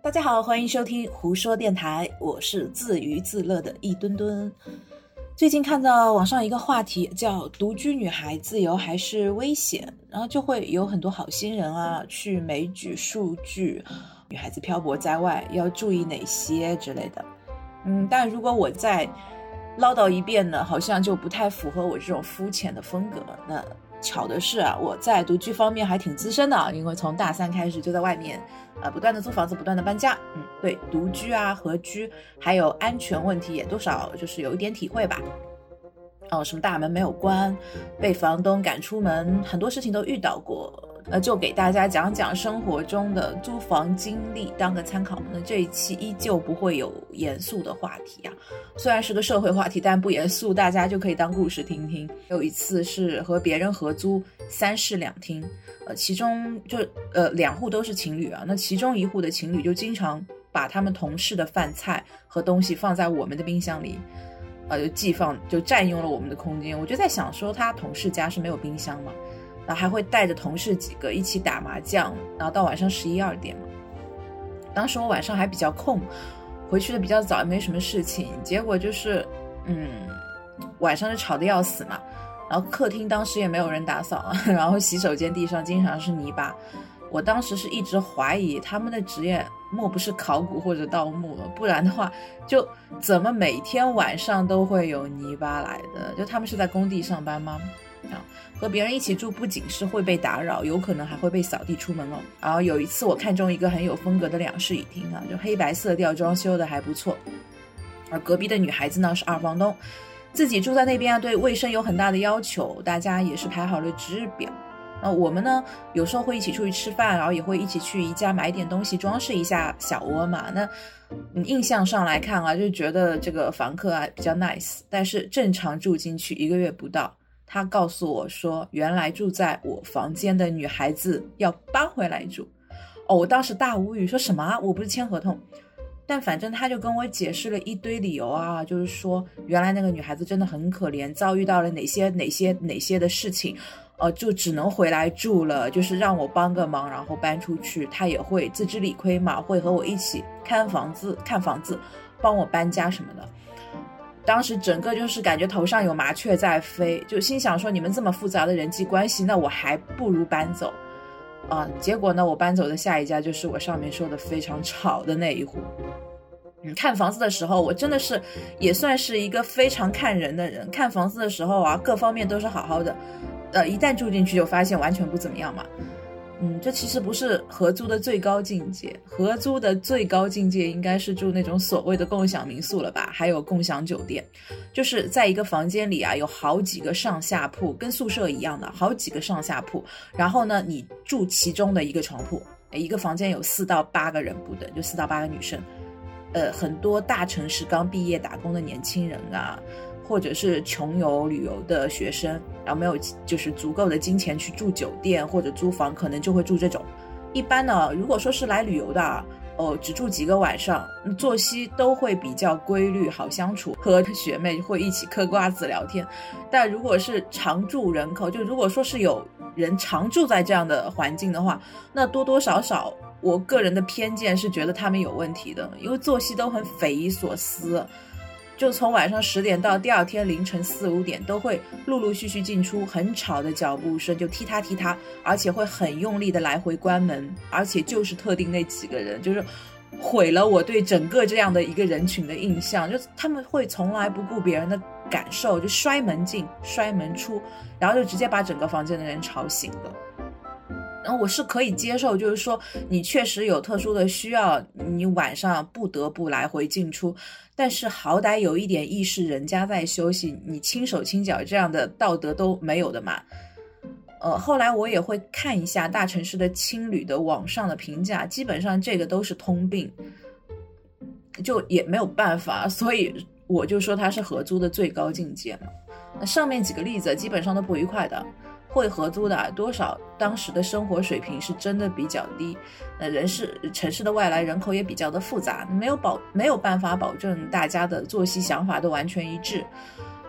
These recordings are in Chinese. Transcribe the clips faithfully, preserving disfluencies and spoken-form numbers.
大家好，欢迎收听胡说电台，我是自娱自乐的一墩墩。最近看到网上一个话题叫独居女孩自由还是危险，然后就会有很多好心人啊去枚举数据，女孩子漂泊在外要注意哪些之类的。嗯，但如果我再唠叨一遍呢，好像就不太符合我这种肤浅的风格。那巧的是啊，我在独居方面还挺资深的，因为从大三开始就在外面呃，不断的租房子，不断的搬家。嗯，对独居啊、合居还有安全问题也多少就是有一点体会吧。哦，什么大门没有关，被房东赶出门，很多事情都遇到过。呃，就给大家讲讲生活中的租房经历，当个参考。那这一期依旧不会有严肃的话题啊，虽然是个社会话题，但不严肃，大家就可以当故事听听。有一次是和别人合租三室两厅，呃，其中就呃两户都是情侣啊，那其中一户的情侣就经常把他们同事的饭菜和东西放在我们的冰箱里。呃，就寄放就占用了我们的空间。我就在想说，他同事家是没有冰箱嘛，然后还会带着同事几个一起打麻将，然后到晚上十一二点嘛。当时我晚上还比较空，回去的比较早，也没什么事情。结果就是，嗯，晚上就吵得要死嘛。然后客厅当时也没有人打扫，然后洗手间地上经常是泥巴。我当时是一直怀疑他们的职业莫不是考古或者盗墓了，不然的话就怎么每天晚上都会有泥巴来的？就他们是在工地上班吗？啊，和别人一起住不仅是会被打扰，有可能还会被扫地出门哦。然后有一次我看中一个很有风格的两室一厅啊，就黑白色调，装修的还不错。而隔壁的女孩子呢是二房东，自己住在那边啊，对卫生有很大的要求，大家也是排好了值日表。呃，我们呢有时候会一起出去吃饭，然后也会一起去宜家买点东西装饰一下小窝嘛。那、嗯、印象上来看啊，就觉得这个房客啊比较 nice， 但是正常住进去一个月不到，他告诉我说原来住在我房间的女孩子要搬回来住。哦，我当时大无语，说什么啊？我不是签合同。但反正他就跟我解释了一堆理由啊，就是说原来那个女孩子真的很可怜，遭遇到了哪些哪些哪些的事情，呃，就只能回来住了，就是让我帮个忙，然后搬出去，他也会自知理亏嘛，会和我一起看房子看房子，帮我搬家什么的。当时整个就是感觉头上有麻雀在飞，就心想说你们这么复杂的人际关系，那我还不如搬走啊。结果呢，我搬走的下一家就是我上面说的非常吵的那一户。嗯，看房子的时候我真的是也算是一个非常看人的人，看房子的时候啊各方面都是好好的，呃，一旦住进去就发现完全不怎么样嘛。嗯，这其实不是合租的最高境界，合租的最高境界应该是住那种所谓的共享民宿了吧，还有共享酒店，就是在一个房间里啊有好几个上下铺，跟宿舍一样的好几个上下铺，然后呢你住其中的一个床铺，一个房间有四到八个人不等，就四到八个女生。呃，很多大城市刚毕业打工的年轻人啊，或者是穷游旅游的学生，然后没有就是足够的金钱去住酒店或者租房，可能就会住这种。一般呢，如果说是来旅游的啊，哦，只住几个晚上，作息都会比较规律，好相处，和学妹会一起嗑瓜子聊天。但如果是常住人口，就如果说是有人常住在这样的环境的话，那多多少少我个人的偏见是觉得他们有问题的，因为作息都很匪夷所思，就从晚上十点到第二天凌晨四五点都会陆陆续续进出，很吵的脚步声，就踢踏踢踏，而且会很用力的来回关门，而且就是特定那几个人，就是毁了我对整个这样的一个人群的印象，就他们会从来不顾别人的感受，就摔门进摔门出，然后就直接把整个房间的人吵醒了。然后我是可以接受，就是说你确实有特殊的需要，你晚上不得不来回进出，但是好歹有一点意识，人家在休息，你轻手轻脚这样的道德都没有的嘛。呃，后来我也会看一下大城市的青旅的网上的评价，基本上这个都是通病，就也没有办法，所以我就说它是合租的最高境界嘛。那上面几个例子基本上都不愉快的。会合租的多少当时的生活水平是真的比较低，呃，人是城市的外来人口也比较的复杂，没有保没有办法保证大家的作息想法都完全一致。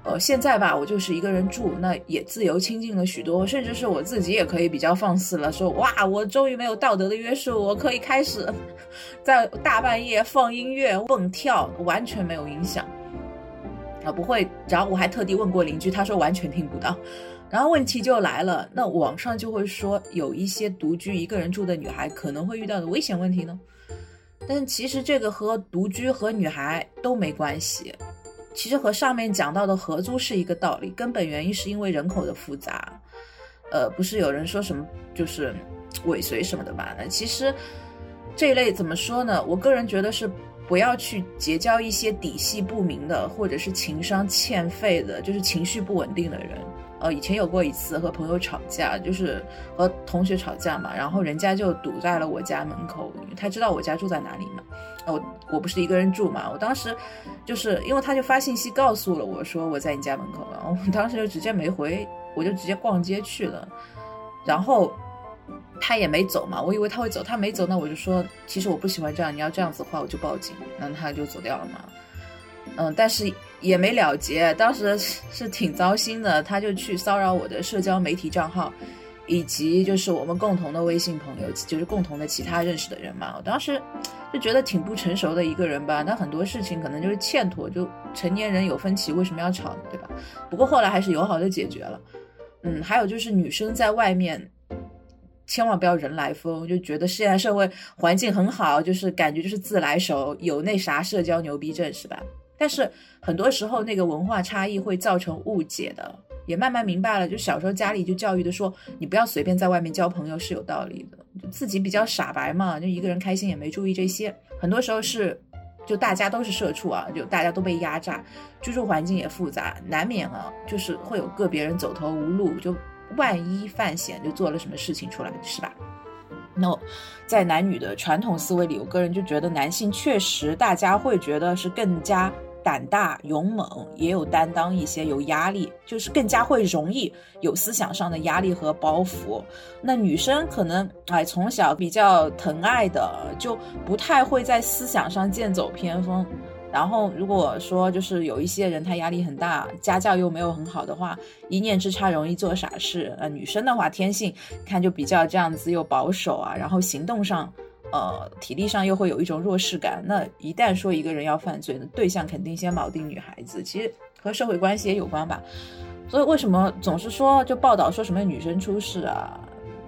呃，现在吧，我就是一个人住，那也自由清静了许多，甚至是我自己也可以比较放肆了，说哇，我终于没有道德的约束，我可以开始在大半夜放音乐蹦跳，完全没有影响啊，不会。然后我还特地问过邻居，他说完全听不到。然后问题就来了，那网上就会说有一些独居一个人住的女孩可能会遇到的危险问题呢，但其实这个和独居和女孩都没关系。其实和上面讲到的合租是一个道理，根本原因是因为人口的复杂。呃，不是有人说什么就是尾随什么的吧？那其实这一类怎么说呢？我个人觉得是不要去结交一些底细不明的，或者是情商欠费的，就是情绪不稳定的人。呃，以前有过一次和朋友吵架，就是和同学吵架嘛，然后人家就堵在了我家门口，因为他知道我家住在哪里嘛。我我不是一个人住嘛，我当时就是因为他就发信息告诉了我说我在你家门口了，我当时就直接没回，我就直接逛街去了，然后他也没走嘛，我以为他会走，他没走，那我就说其实我不喜欢这样，你要这样子的话我就报警，那他就走掉了嘛。嗯，但是也没了结，当时是挺糟心的，他就去骚扰我的社交媒体账号，以及就是我们共同的微信朋友，就是共同的其他认识的人嘛。我当时就觉得挺不成熟的一个人吧，那很多事情可能就是欠妥，就成年人有分歧为什么要吵呢，对吧？不过后来还是友好的解决了。嗯，还有就是女生在外面千万不要人来疯，就觉得现在社会环境很好，就是感觉就是自来熟，有那啥社交牛逼症是吧？但是很多时候那个文化差异会造成误解的，也慢慢明白了，就小时候家里就教育的说你不要随便在外面交朋友是有道理的，就自己比较傻白嘛，就一个人开心也没注意这些。很多时候是就大家都是社畜啊，就大家都被压榨，居住环境也复杂，难免啊就是会有个别人走投无路，就万一犯险就做了什么事情出来，是吧？那在男女的传统思维里，我个人就觉得男性确实大家会觉得是更加胆大勇猛，也有担当一些，有压力，就是更加会容易有思想上的压力和包袱。那女生可能哎从小比较疼爱的，就不太会在思想上剑走偏锋。然后如果说就是有一些人他压力很大，家教又没有很好的话，一念之差容易做傻事。呃，女生的话天性看就比较这样子又保守啊，然后行动上呃，体力上又会有一种弱势感。那一旦说一个人要犯罪呢，对象肯定先铆定女孩子，其实和社会关系也有关吧。所以为什么总是说就报道说什么女生出事啊，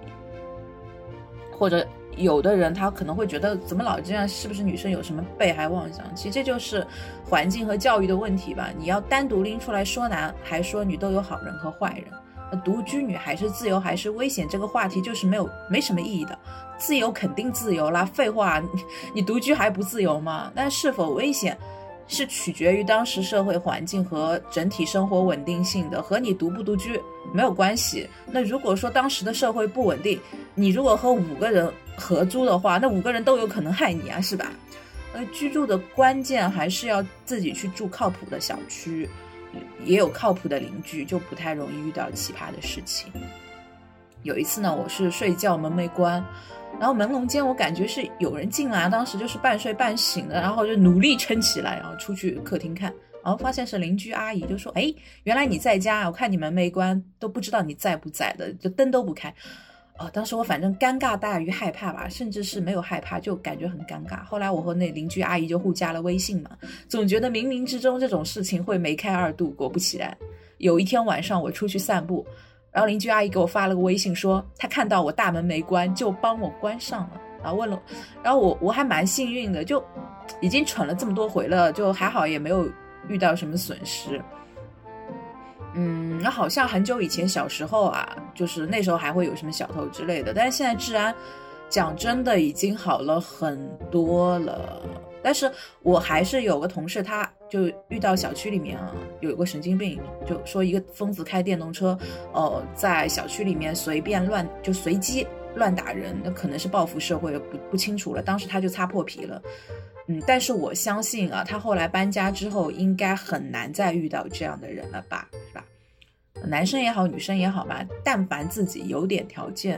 或者有的人他可能会觉得怎么老这样，是不是女生有什么被害妄想？其实这就是环境和教育的问题吧。你要单独拎出来说男还说女都有好人和坏人，独居女还是自由还是危险这个话题就是没有没什么意义的。自由肯定自由啦，废话，你你独居还不自由吗？但是否危险是取决于当时社会环境和整体生活稳定性的，和你独不独居没有关系。那如果说当时的社会不稳定，你如果和五个人合租的话，那五个人都有可能害你啊，是吧？呃，居住的关键还是要自己去住靠谱的小区，也有靠谱的邻居，就不太容易遇到奇葩的事情。有一次呢，我是睡觉门没关，然后门笼间我感觉是有人进来，当时就是半睡半醒的，然后就努力撑起来，然后出去客厅看，然后发现是邻居阿姨，就说哎，原来你在家，我看你门没关，都不知道你在不在的，就灯都不开。哦，当时我反正尴尬大于害怕吧，甚至是没有害怕，就感觉很尴尬。后来我和那邻居阿姨就互加了微信嘛，总觉得冥冥之中这种事情会梅开二度。果不其然，有一天晚上我出去散步，然后邻居阿姨给我发了个微信说她看到我大门没关，就帮我关上了，然后问了，然后我我还蛮幸运的，就已经蠢了这么多回了，就还好也没有遇到什么损失。嗯，那好像很久以前小时候啊，就是那时候还会有什么小偷之类的，但是现在治安讲真的已经好了很多了。但是我还是有个同事，他就遇到小区里面啊有一个神经病，就说一个疯子开电动车呃，在小区里面随便乱就随机乱打人，那可能是报复社会，不不清楚了，当时他就擦破皮了。嗯，但是我相信啊，他后来搬家之后应该很难再遇到这样的人了吧，是吧？男生也好，女生也好嘛，但凡自己有点条件，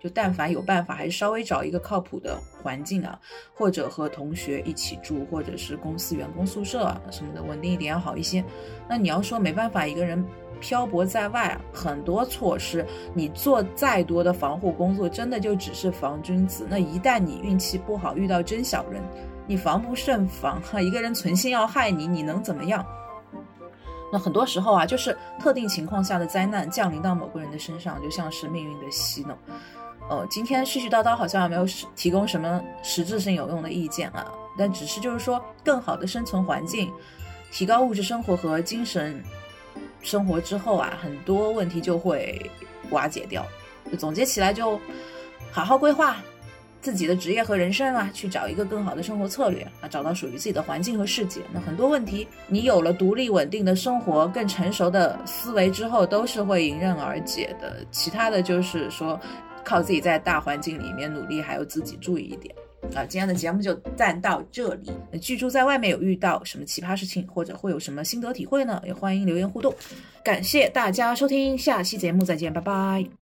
就但凡有办法，还是稍微找一个靠谱的环境啊，或者和同学一起住，或者是公司员工宿舍啊什么的，稳定一点要好一些。那你要说没办法，一个人漂泊在外啊，很多措施你做再多的防护工作，真的就只是防君子。那一旦你运气不好遇到真小人，你防不胜防，一个人存心要害你，你能怎么样？那很多时候啊，就是特定情况下的灾难降临到某个人的身上，就像是命运的戏弄。呃，今天絮絮叨叨好像没有提供什么实质性有用的意见啊，但只是就是说，更好的生存环境，提高物质生活和精神生活之后啊，很多问题就会瓦解掉。就总结起来，就好好规划自己的职业和人生啊，去找一个更好的生活策略啊，找到属于自己的环境和世界。那很多问题，你有了独立稳定的生活，更成熟的思维之后，都是会迎刃而解的。其他的就是说，靠自己在大环境里面努力，还有自己注意一点。啊，今天的节目就暂到这里。居住在外面有遇到什么奇葩事情，或者会有什么心得体会呢？也欢迎留言互动。感谢大家收听，下期节目再见，拜拜。